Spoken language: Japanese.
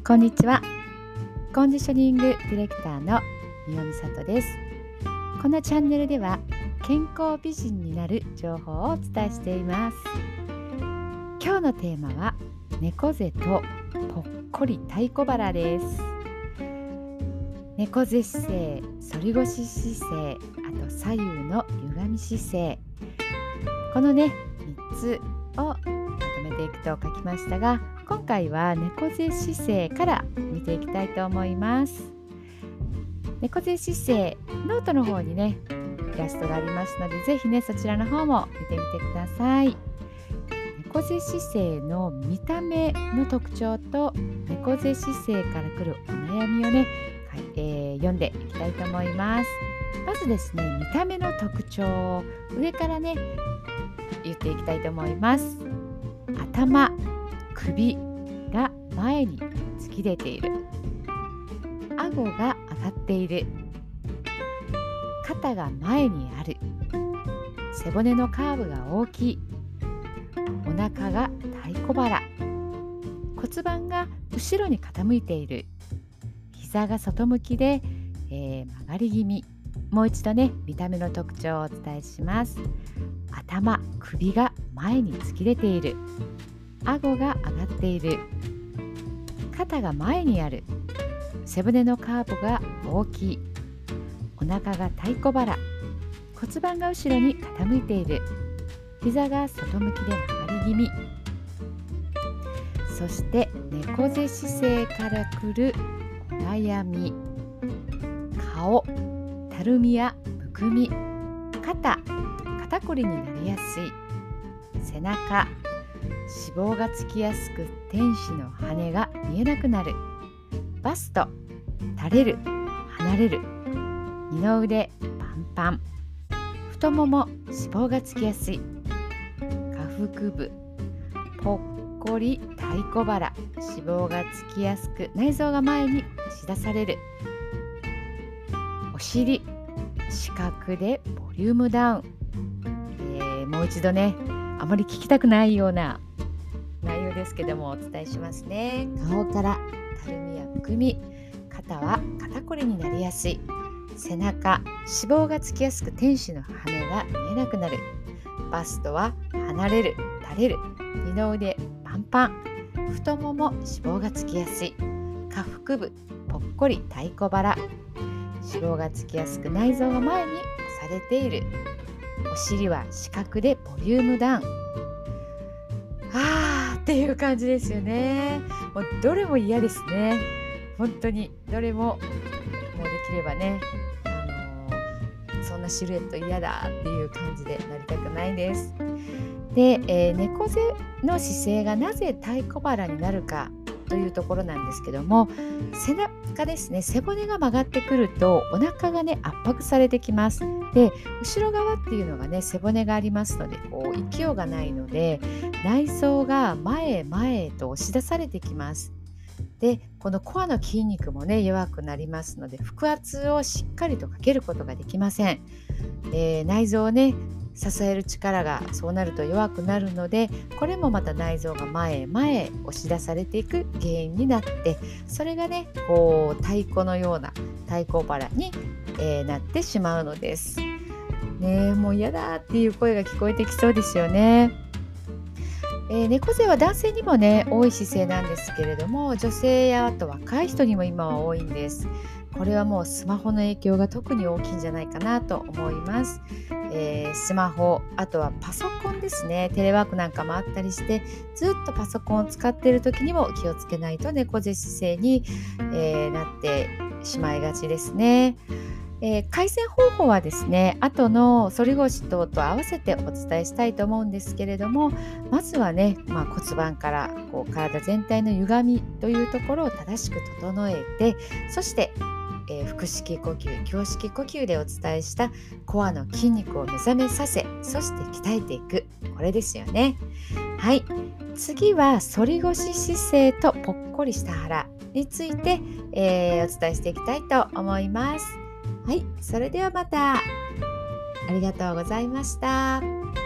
こんにちは。コンディショニングディレクターの三尾美里です。このチャンネルでは健康美人になる情報をお伝えしています。今日のテーマは猫背とぽっこり太鼓腹です。猫背姿勢、反り腰姿勢、あと左右の歪み姿勢、この3つをまとめていくと書きましたが、今回は猫背姿勢から見ていきたいと思います。猫背姿勢、ノートの方にイラストがありますので、ぜひそちらの方も見てみてください。猫背姿勢の見た目の特徴と猫背姿勢からくるお悩みを読んでいきたいと思います。まずですね、見た目の特徴を上から言っていきたいと思います。頭、首が前に突き出ている。顎が上がっている。肩が前にある。背骨のカーブが大きい。お腹が太鼓腹。骨盤が後ろに傾いている。膝が外向きで、曲がり気味。もう一度見た目の特徴をお伝えします。頭、首が前に突き出ている。顎が上がっている。肩が前にある。背骨のカーブが大きい。お腹が太鼓腹。骨盤が後ろに傾いている。膝が外向きで曲がり気味。そして猫背姿勢からくるお悩み。顔、たるみやむくみ。肩こりになりやすい。背中、脂肪がつきやすく天使の羽が見えなくなる。バスト、垂れる、離れる。二の腕パンパン。太もも、脂肪がつきやすい。下腹部、ぽっこり太鼓腹。脂肪がつきやすく内臓が前に押し出される。お尻、四角でボリュームダウン。もう一度あまり聞きたくないような内容ですけどもお伝えしますね。顔からたるみやむくみ。肩は肩こりになりやすい。背中、脂肪がつきやすく天使の羽が見えなくなる。バストは離れる、垂れる。二の腕パンパン。太もも、脂肪がつきやすい。下腹部、ぽっこり太鼓腹。脂肪がつきやすく内臓が前に押されている。お尻は四角でボリュームダウン。っていう感じですよね。もうどれも嫌ですね。本当にどれも、もうできればそんなシルエット嫌だっていう感じでなりたくないです。で、猫背の姿勢がなぜ太鼓腹になるかというところなんですけども、背中ですね、背骨が曲がってくるとお腹が圧迫されてきます。で、後ろ側っていうのが背骨がありますので、勢いがないので内臓が前へと押し出されてきます。で、このコアの筋肉も弱くなりますので、腹圧をしっかりとかけることができません。内臓を支える力がそうなると弱くなるので、これもまた内臓が前へ押し出されていく原因になって、それが太鼓のような太鼓腹に、なってしまうのです。もう嫌だっていう声が聞こえてきそうですよね。猫背は男性にも多い姿勢なんですけれども、女性やあと若い人にも今は多いんです。これはもうスマホの影響が特に大きいんじゃないかなと思います。スマホ、あとはパソコンですね。テレワークなんかもあったりして、ずっとパソコンを使っている時にも気をつけないと猫背姿勢に、なってしまいがちですね。改善方法はですね、後の反り腰等と合わせてお伝えしたいと思うんですけれども、まずは骨盤から体全体の歪みというところを正しく整えて、そして腹式呼吸、胸式呼吸でお伝えしたコアの筋肉を目覚めさせ、そして鍛えていく、これですよね。はい、次は反り腰姿勢とぽっこりした腹について、お伝えしていきたいと思います。はい、それではまた。ありがとうございました。